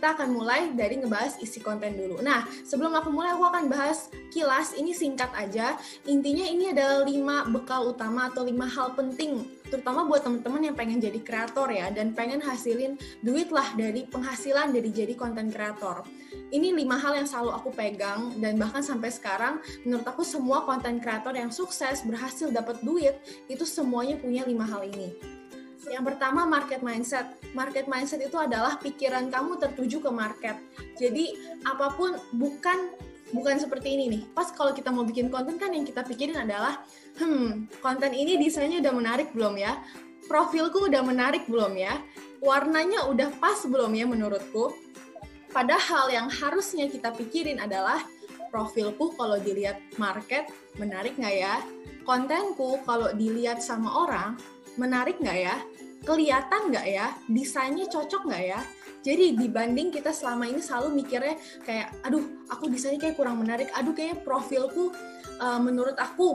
kita akan mulai dari ngebahas isi konten dulu. Nah, sebelum aku mulai, aku akan bahas kilas, ini singkat aja. Intinya ini adalah 5 bekal utama atau 5 hal penting, terutama buat teman-teman yang pengen jadi kreator ya, dan pengen hasilin duit lah dari penghasilan dari jadi konten kreator. Ini 5 hal yang selalu aku pegang, dan bahkan sampai sekarang, menurut aku semua konten kreator yang sukses, berhasil dapat duit, itu semuanya punya 5 hal ini. Yang pertama, market mindset. Market mindset itu adalah pikiran kamu tertuju ke market. Jadi apapun bukan seperti ini nih. Pas kalau kita mau bikin konten kan yang kita pikirin adalah, konten ini desainnya udah menarik belum ya? Profilku udah menarik belum ya? Warnanya udah pas belum ya menurutku? Padahal yang harusnya kita pikirin adalah, profilku kalau dilihat market menarik nggak ya? Kontenku kalau dilihat sama orang menarik nggak ya? Kelihatan nggak ya? Desainnya cocok nggak ya? Jadi dibanding kita selama ini selalu mikirnya kayak, aduh aku desainnya kayak kurang menarik, aduh kayaknya profilku menurut aku.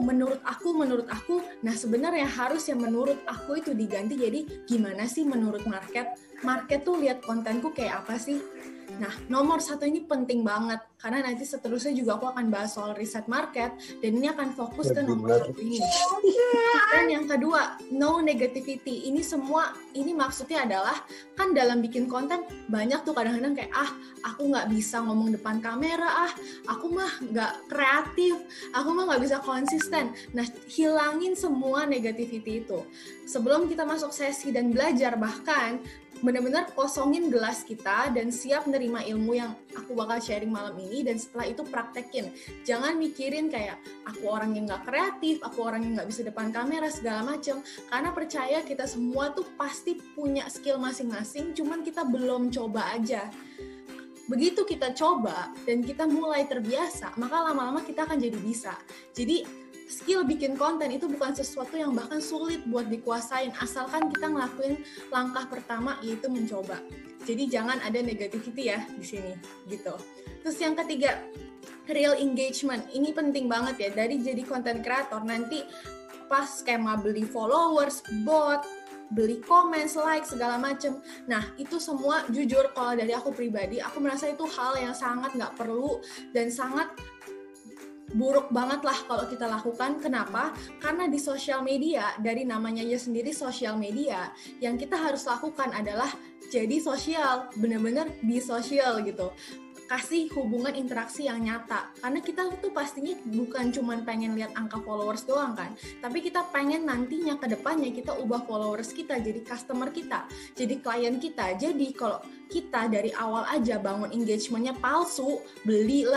Nah sebenarnya harusnya menurut aku itu diganti jadi gimana sih menurut market? Market tuh lihat kontenku kayak apa sih? Nah, nomor 1 ini penting banget, karena nanti seterusnya juga aku akan bahas soal riset market, dan ini akan fokus ke nomor 1 ini. Dan yang kedua, no negativity. Ini maksudnya adalah, kan dalam bikin konten, banyak tuh kadang-kadang kayak, aku nggak bisa ngomong depan kamera, aku mah nggak kreatif, aku mah nggak bisa konsisten. Nah, hilangin semua negativity itu. Sebelum kita masuk sesi dan belajar, bahkan, benar-benar kosongin gelas kita dan siap nerima ilmu yang aku bakal sharing malam ini, dan setelah itu praktekin. Jangan mikirin kayak aku orang yang nggak kreatif, aku orang yang nggak bisa depan kamera segala macem, karena percaya kita semua tuh pasti punya skill masing-masing, cuman kita belum coba aja. Begitu kita coba dan kita mulai terbiasa, maka lama-lama kita akan jadi bisa. Jadi skill bikin konten itu bukan sesuatu yang bahkan sulit buat dikuasain, asalkan kita ngelakuin langkah pertama, yaitu mencoba. Jadi jangan ada negativity ya di sini, gitu. Terus yang ketiga, real engagement. Ini penting banget ya, dari jadi konten kreator nanti pas skema beli followers, bot, beli comments, like, segala macem. Nah, itu semua jujur kalau dari aku pribadi, aku merasa itu hal yang sangat nggak perlu dan sangat buruk banget lah kalau kita lakukan. Kenapa? Karena di sosial media, dari namanya aja sendiri sosial media, yang kita harus lakukan adalah jadi sosial, benar-benar di sosial gitu. Kasih hubungan interaksi yang nyata. Karena kita tuh pastinya bukan cuma pengen lihat angka followers doang kan, tapi kita pengen nantinya ke depannya kita ubah followers kita jadi customer kita, jadi klien kita. Jadi kalau kita dari awal aja bangun engagementnya palsu, beli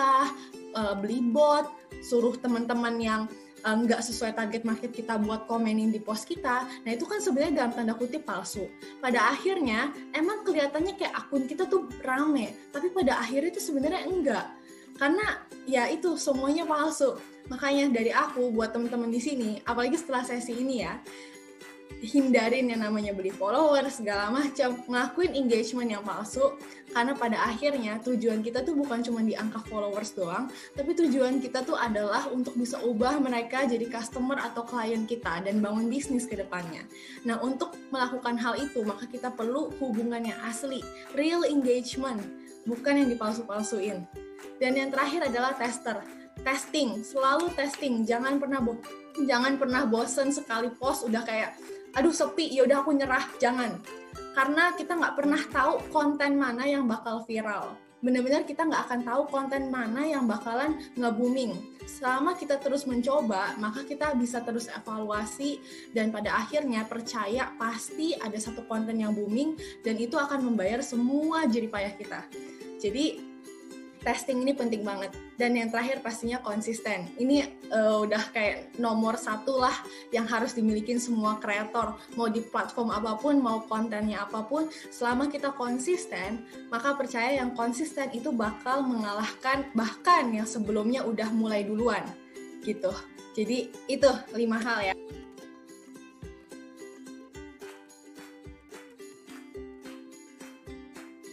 bot, suruh teman-teman yang nggak sesuai target market kita buat komenin di post kita, nah itu kan sebenarnya dalam tanda kutip palsu. Pada akhirnya emang kelihatannya kayak akun kita tuh rame, tapi pada akhirnya itu sebenarnya enggak, karena ya itu semuanya palsu. Makanya dari aku buat teman-teman di sini, apalagi setelah sesi ini ya, hindarin yang namanya beli followers segala macam, ngelakuin engagement yang palsu, karena pada akhirnya tujuan kita tuh bukan cuma di angka followers doang, tapi tujuan kita tuh adalah untuk bisa ubah mereka jadi customer atau klien kita dan bangun bisnis ke depannya. Nah, untuk melakukan hal itu maka kita perlu hubungan yang asli, real engagement, bukan yang dipalsu-palsuin. Dan yang terakhir adalah testing, selalu testing, jangan pernah bosen sekali post udah kayak aduh sepi, yaudah aku nyerah, jangan. Karena kita nggak pernah tahu konten mana yang bakal viral. Benar-benar kita nggak akan tahu konten mana yang bakalan nge-booming. Selama kita terus mencoba, maka kita bisa terus evaluasi, dan pada akhirnya percaya pasti ada satu konten yang booming, dan itu akan membayar semua jerih payah kita. Jadi testing ini penting banget. Dan yang terakhir pastinya konsisten. Ini udah kayak nomor 1 lah yang harus dimiliki semua kreator. Mau di platform apapun, mau kontennya apapun, selama kita konsisten, maka percaya yang konsisten itu bakal mengalahkan bahkan yang sebelumnya udah mulai duluan. Gitu. Jadi itu 5 hal ya.